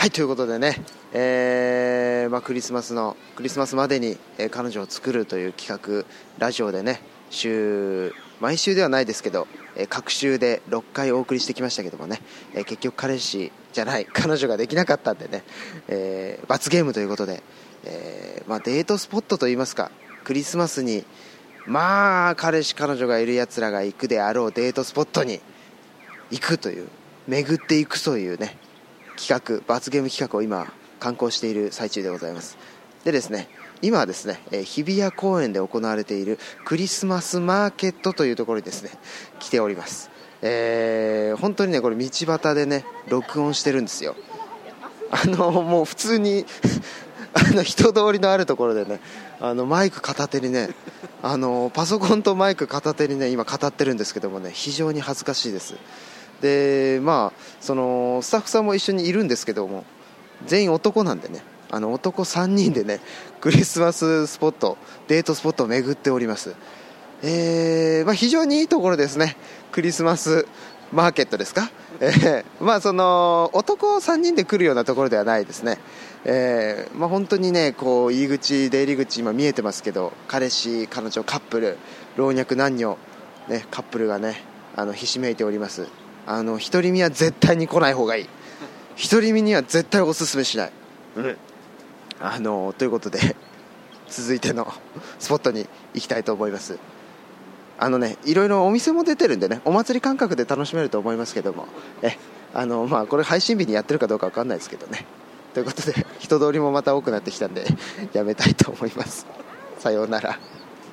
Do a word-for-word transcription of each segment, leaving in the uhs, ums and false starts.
はい、ということでね、えーまあ、クリスマスのクリスマスまでに、えー、彼女を作るという企画、ラジオでね、週毎週ではないですけど、えー、各週でろっかいお送りしてきましたけどもね、えー、結局彼氏じゃない彼女ができなかったんでね、えー、罰ゲームということで、えーまあ、デートスポットといいますか、クリスマスにまあ彼氏彼女がいるやつらが行くであろうデートスポットに行くという、巡っていくというね企画、罰ゲーム企画を今敢行している最中でございます。でですね、今はですね、えー、日比谷公園で行われているクリスマスマーケットというところにですね来ております。えー、本当にねこれ道端でね録音してるんですよ。あのもう普通にあの人通りのあるところでね、あのマイク片手にね、あのパソコンとマイク片手にね今語ってるんですけどもね、非常に恥ずかしいです。でまあそのスタッフさんも一緒にいるんですけども、全員男なんでね、あの男さんにんでねクリスマススポット、デートスポットを巡っております。えーまあ、非常にいいところですね。クリスマスマーケットですか、えーまあ、その男さんにんで来るようなところではないですね。えーまあ、本当にねこう入り口出入り口今見えてますけど、彼氏彼女カップル老若男女、ね、カップルがねあのひしめいております。あの独り身は絶対に来ない方がいい、独り身には絶対おすすめしない、うん、あのということで続いてのスポットに行きたいと思います。あのねいろいろお店も出てるんでね、お祭り感覚で楽しめると思いますけども、えあの、まあ、これ配信日にやってるかどうか分かんないですけどね。ということで人通りもまた多くなってきたんでやめたいと思います。さようなら。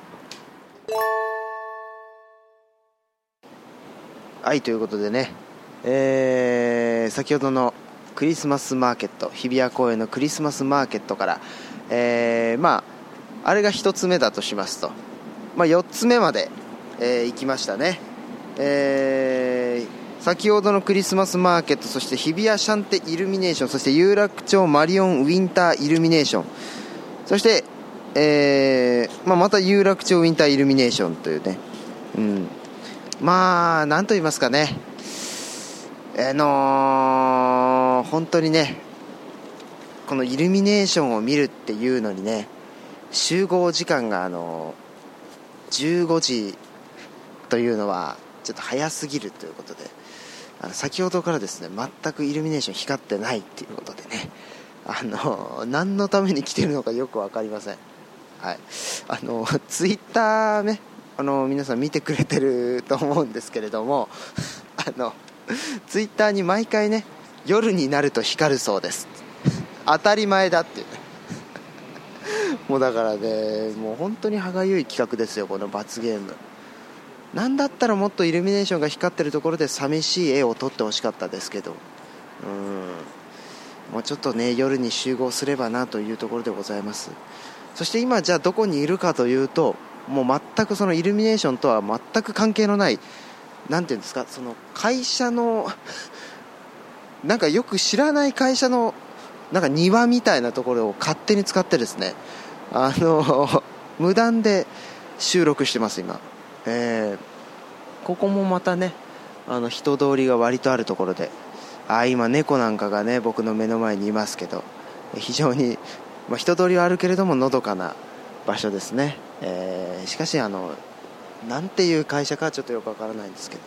はい、ということでね、えー、先ほどのクリスマスマーケット、日比谷公園のクリスマスマーケットから、えー、まああれがひとつめだとしますと、まあ、よっつめまで、えー、行きましたね。えー、先ほどのクリスマスマーケット、そして日比谷シャンテイルミネーション、そして有楽町マリオンウィンターイルミネーション、そして、えーまあ、また有楽町ウィンターイルミネーションというね、うんまあなんと言いますかね、あのー、本当にねこのイルミネーションを見るっていうのにね、集合時間があのじゅうごじというのはちょっと早すぎるということで、あの先ほどからですね全くイルミネーション光ってないっていうことでね、あの何のために来てるのかよく分かりません。はい、あのツイッターね、あの皆さん見てくれてると思うんですけれどもあのツイッターに毎回ね夜になると光るそうです当たり前だっていうねもうだからね、もう本当に歯がゆい企画ですよこの罰ゲーム。なんだったらもっとイルミネーションが光ってるところで寂しい絵を撮ってほしかったですけど、うーんもうちょっとね夜に集合すればなというところでございます。そして今じゃあどこにいるかというと、もう全くそのイルミネーションとは全く関係のない、なんていうんですか、その会社のなんかよく知らない会社のなんか庭みたいなところを勝手に使ってですね、あの無断で収録してます今。えー、ここもまたねあの人通りが割とあるところで、あ今猫なんかがね僕の目の前にいますけど、非常に、まあ、人通りはあるけれどものどかな場所ですね。えー、しかしあのなんていう会社かはちょっとよくわからないんですけど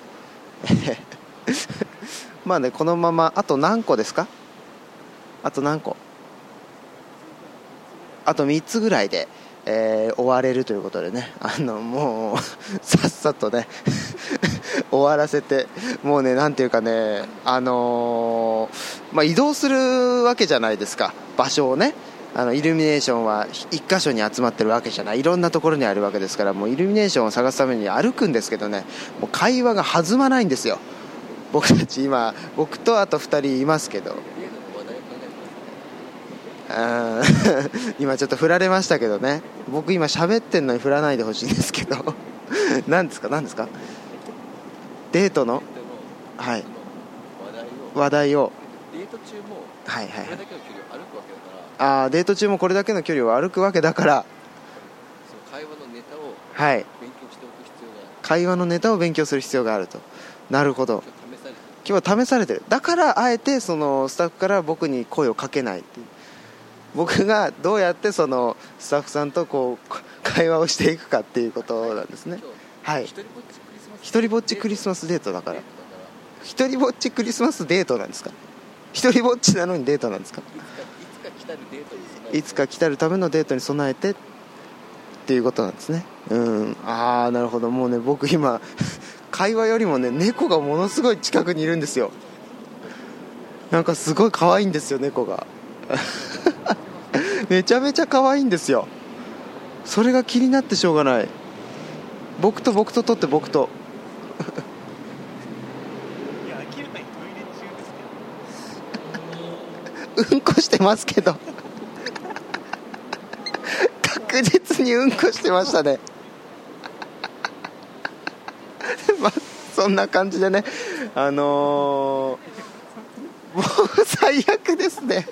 まあねこのままあと何個ですか、あと何個あとみっつぐらいで、えー、終われるということでね、あのもうさっさとね終わらせて、もうねなんていうかね、あのーまあ、移動するわけじゃないですか場所をね。あのイルミネーションは一箇所に集まってるわけじゃない、いろんなところにあるわけですから、もうイルミネーションを探すために歩くんですけどね、もう会話が弾まないんですよ。僕たち今僕とあとふたりいますけど、あ今ちょっと振られましたけどね、僕今喋ってんのに振らないでほしいんですけど何ですか何ですか、デートのはい話題をデート中もはいはいこれだけの距離を歩くわけだから、 あーデート中もこれだけの距離を歩くわけだから、 その会話のネタをはい勉強しておく必要がある。 会話のネタを勉強する必要があると。なるほど。 試されてる。 今日は試されてる。だからあえてそのスタッフから僕に声をかけないっていう、僕がどうやってそのスタッフさんとこう会話をしていくかっていうことなんですね。はい。一人ぼっちクリスマスデートだから。一人ぼっちクリスマスデートなんですか。一人ぼっちなのにデートなんですか。いつか来たるためのデートに備えてっていうことなんですね。うん。ああ、なるほど。もうね、僕今会話よりもね、猫がものすごい近くにいるんですよ。なんかすごい可愛いんですよ、猫がめちゃめちゃ可愛いんですよ。それが気になってしょうがない。僕と僕と撮って僕といや、明らかにトイレ中ですけどうんこしてますけど確実にうんこしてましたねまあそんな感じでね、あのー、もう最悪ですね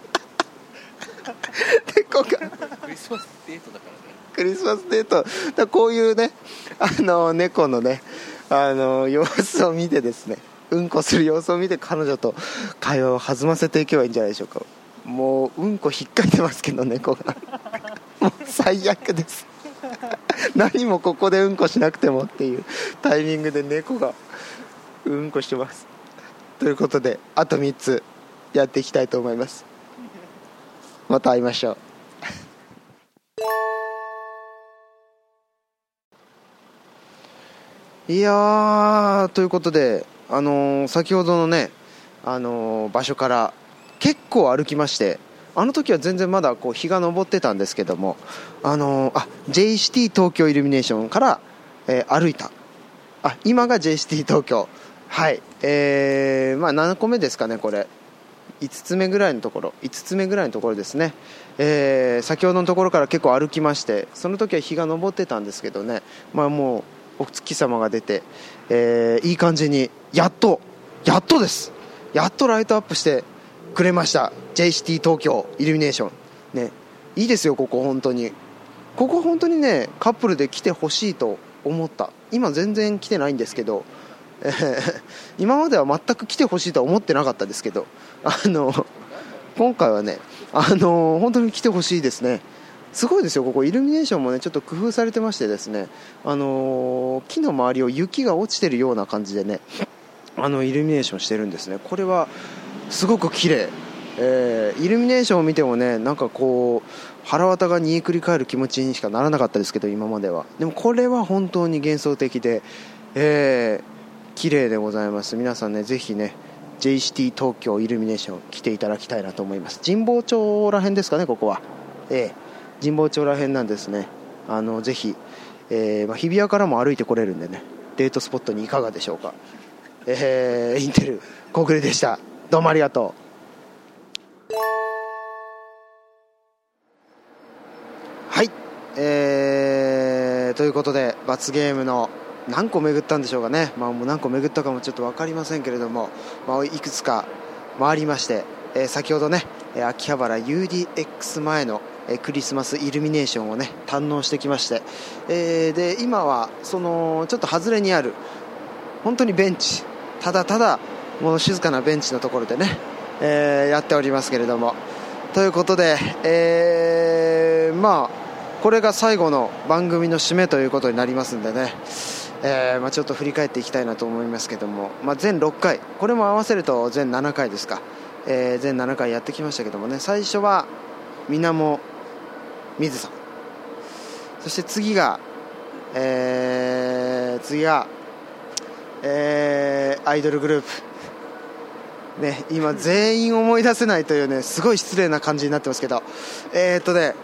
猫がクリスマスデートだからね。 クリスマスデートだ、こういうね、あのー、猫のね、あのー、様子を見てですね、うんこする様子を見て彼女と会話を弾ませていけばいいんじゃないでしょうか。もううんこ引っかいてますけど、猫がもう最悪です何もここでうんこしなくてもっていうタイミングで猫がうんこしてます。ということで、あとみっつやっていきたいと思います。また会いましょう。いやー、ということで、あのー、先ほどのね、あのー、場所から結構歩きまして、あの時は全然まだこう日が昇ってたんですけども、あのー、あ ジェイシーティー 東京イルミネーションから、えー、歩いた、あ今が ジェイシーティー 東京、はい、えー、まあ何個目ですかね、これいつつめぐらいのところいつつめぐらいのところですね、えー、先ほどのところから結構歩きまして、その時は日が昇ってたんですけどね、まあもうお月様が出て、えー、いい感じにやっとやっとですやっとライトアップしてくれました ジェイシーティー 東京イルミネーションね。いいですよ、ここ本当に、ここ本当にね、カップルで来てほしいと思った。今全然来てないんですけど、えー、今までは全く来てほしいとは思ってなかったですけど、あの今回はね、あの本当に来てほしいですね。すごいですよ、ここイルミネーションもねちょっと工夫されてましてですね、あのー、木の周りを雪が落ちてるような感じでね、あのイルミネーションしてるんですね。これはすごく綺麗、えー、イルミネーションを見てもね、なんかこう腹渡が煮えくり返る気持ちにしかならなかったですけど、今までは。でもこれは本当に幻想的で、えー、綺麗でございます。皆さんね、ぜひね ジェイシーティー 東京イルミネーション来ていただきたいなと思います。神保町らへんですかね、ここは、えー神保町ら辺なんですね。あのぜひ、えーまあ、日比谷からも歩いてこれるんでね、デートスポットにいかがでしょうか。えー、インテル小暮でした。どうもありがとう。はい、えー、ということで罰ゲームの何個巡ったんでしょうかね、まあ、もう何個巡ったかもちょっと分かりませんけれども、まあ、いくつか回りまして、えー、先ほどね秋葉原 ユーディーエックス 前のクリスマスイルミネーションをね堪能してきまして、えー、で今はそのちょっと外れにある本当にベンチ、ただただもう静かなベンチのところでね、えー、やっておりますけれども、ということで、えー、まあこれが最後の番組の締めということになりますんでね、えーまあ、ちょっと振り返っていきたいなと思いますけども、まあ、全ろっかい、これも合わせると全ななかいですか、えー、全ななかいやってきましたけどもね、最初はみなも水さん、そして次が、えー、次が、えー、アイドルグループ、ね、今全員思い出せないというね、すごい失礼な感じになってますけど、えーっとね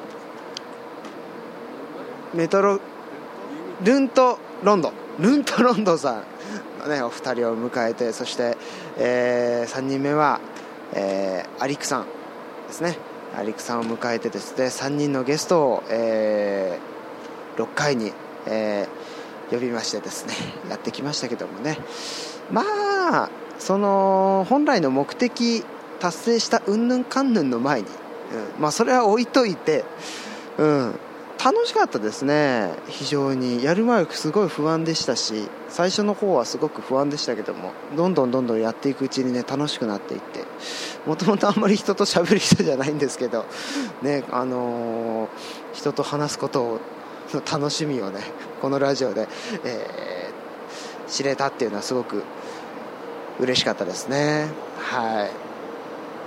メトロルントロンドルントロンドさんのねお二人を迎えて、そして、えー、さんにんめは、えー、アリクさんですね。アリクさんを迎えてですね、さんにんのゲストを、えー、ろっかいに、えー、呼びましてですね、やってきましたけどもね、まあその本来の目的達成したうんぬんかんぬんの前に、うん、まあそれは置いといて、うん、 楽しかったですね。非常にやる前はすごい不安でしたし、最初の方はすごく不安でしたけども、どんどんどんどんやっていくうちにね楽しくなっていって、もともとあんまり人と喋る人じゃないんですけどね、あのー、人と話すことをの楽しみをねこのラジオで、えー、知れたっていうのはすごく嬉しかったですね。はい。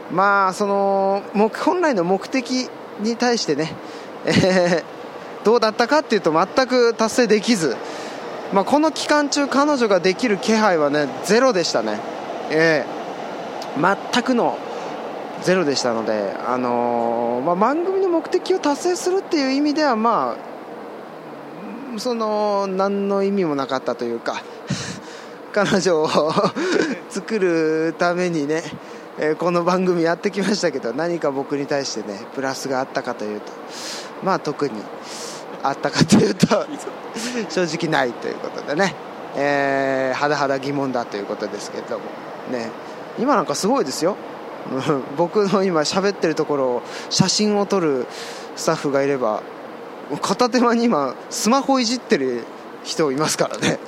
まあその目本来の目的に対してね、えー、どうだったかっていうと全く達成できず、まあ、この期間中彼女ができる気配はねゼロでしたね。えー、全くのゼロでしたので、あのーまあ、番組の目的を達成するっていう意味ではまあその何の意味もなかったというか彼女を作るためにね、えー、この番組やってきましたけど、何か僕に対してねプラスがあったかというと、まあ特にあったかというと正直ないということでね、えー、はだはだ疑問だということですけどもね。今なんかすごいですよ僕の今喋ってるところを写真を撮るスタッフがいれば、片手間に今スマホいじってる人いますからね。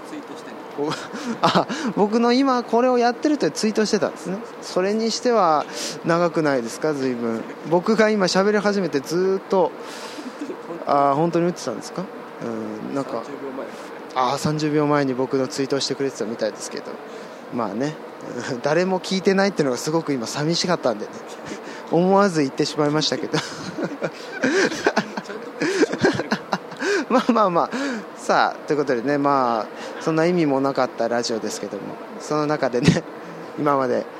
あ、僕の今これをやってるとツイートしてたんですね。それにしては長くないですか、随分。僕が今喋り始めてずっとあ本当に打ってたんですか。うん、なんかあさんじゅうびょうまえに僕のツイートをしてくれてたみたいですけど、まあね誰も聞いてないっていうのがすごく今寂しかったんでね思わず言ってしまいましたけどまあまあまあさあということでね、まあそんな意味もなかったラジオですけども、その中でね今まで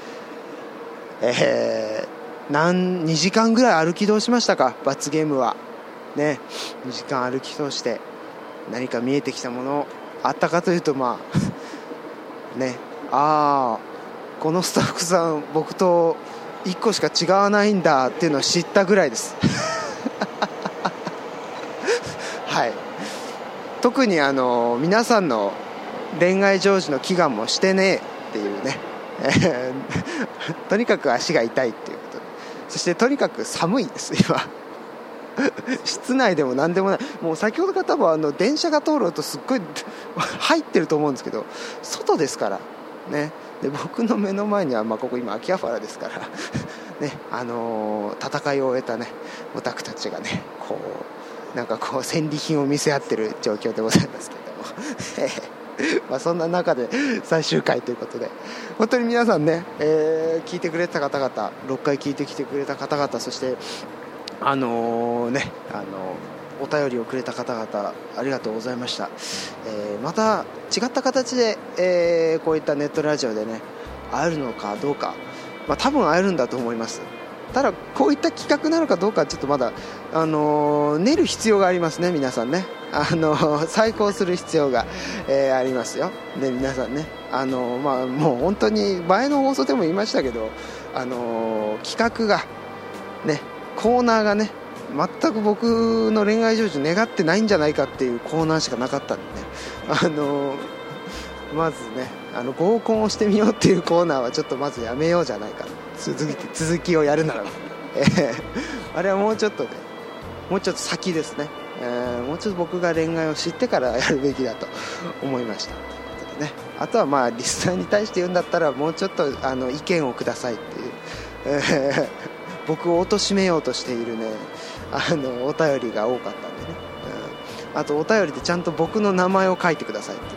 えー、何にじかんぐらい歩き通しましたか、罰ゲームはね。にじかん歩き通して何か見えてきたものあったかというと、まあね、ああこのスタッフさん僕といっこしか違わないんだっていうのを知ったぐらいですはい。特にあの皆さんの恋愛成就の祈願もしてねえっていうねとにかく足が痛いっていうことで、そしてとにかく寒いです今室内でも何でもない。もう先ほどから多分あの電車が通る音すっごい入ってると思うんですけど、外ですからね。で僕の目の前には、まあ、ここ今秋葉原ですからね、あのー、戦いを終えたねオタクたちがねこうなんかこう戦利品を見せ合ってる状況でございますけれどもまあそんな中で最終回ということで、本当に皆さんね、えー、聞いてくれた方々、ろっかい聞いてきてくれた方々、そしてあのー、ねあのーお便りをくれた方々ありがとうございました。えー、また違った形で、えー、こういったネットラジオでね会えるのかどうか、まあ、多分会えるんだと思います。ただこういった企画なのかどうかちょっとまだ、あのー、練る必要がありますね。皆さんね、あのー、再考する必要が、えー、ありますよ、ね、皆さんね、あのーまあ、もう本当に前の放送でも言いましたけど、あのー、企画がねコーナーがね全く僕の恋愛成就願ってないんじゃないかっていうコーナーしかなかったんでね、あのまずねあの合コンをしてみようっていうコーナーはちょっとまずやめようじゃないか、続き続きをやるならば、えー、あれはもうちょっとねもうちょっと先ですね、えー、もうちょっと僕が恋愛を知ってからやるべきだと思いました。ね、あとはまあリスナーに対して言うんだったらもうちょっとあの意見をくださいっていう、えー、僕を貶めようとしているねあのお便りが多かったんでね、うん、あとお便りでちゃんと僕の名前を書いてくださいっていう、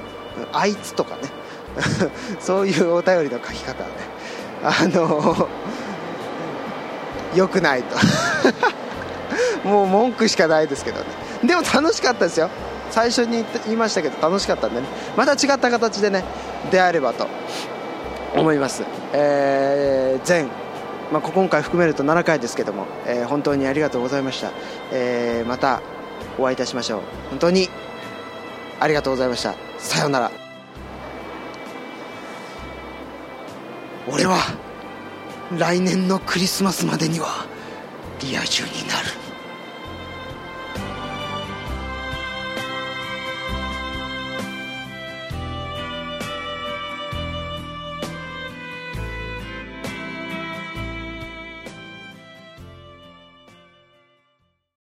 あいつとかねそういうお便りの書き方はねあの良くないともう文句しかないですけどね。でも楽しかったですよ。最初に言いましたけど楽しかったんでね、また違った形でね出会えればと思います。えー、前まあ、今回含めるとななかいですけども、えー、本当にありがとうございました。えー、またお会いいたしましょう。本当にありがとうございました。さようなら。俺は来年のクリスマスまでにはリア充になる。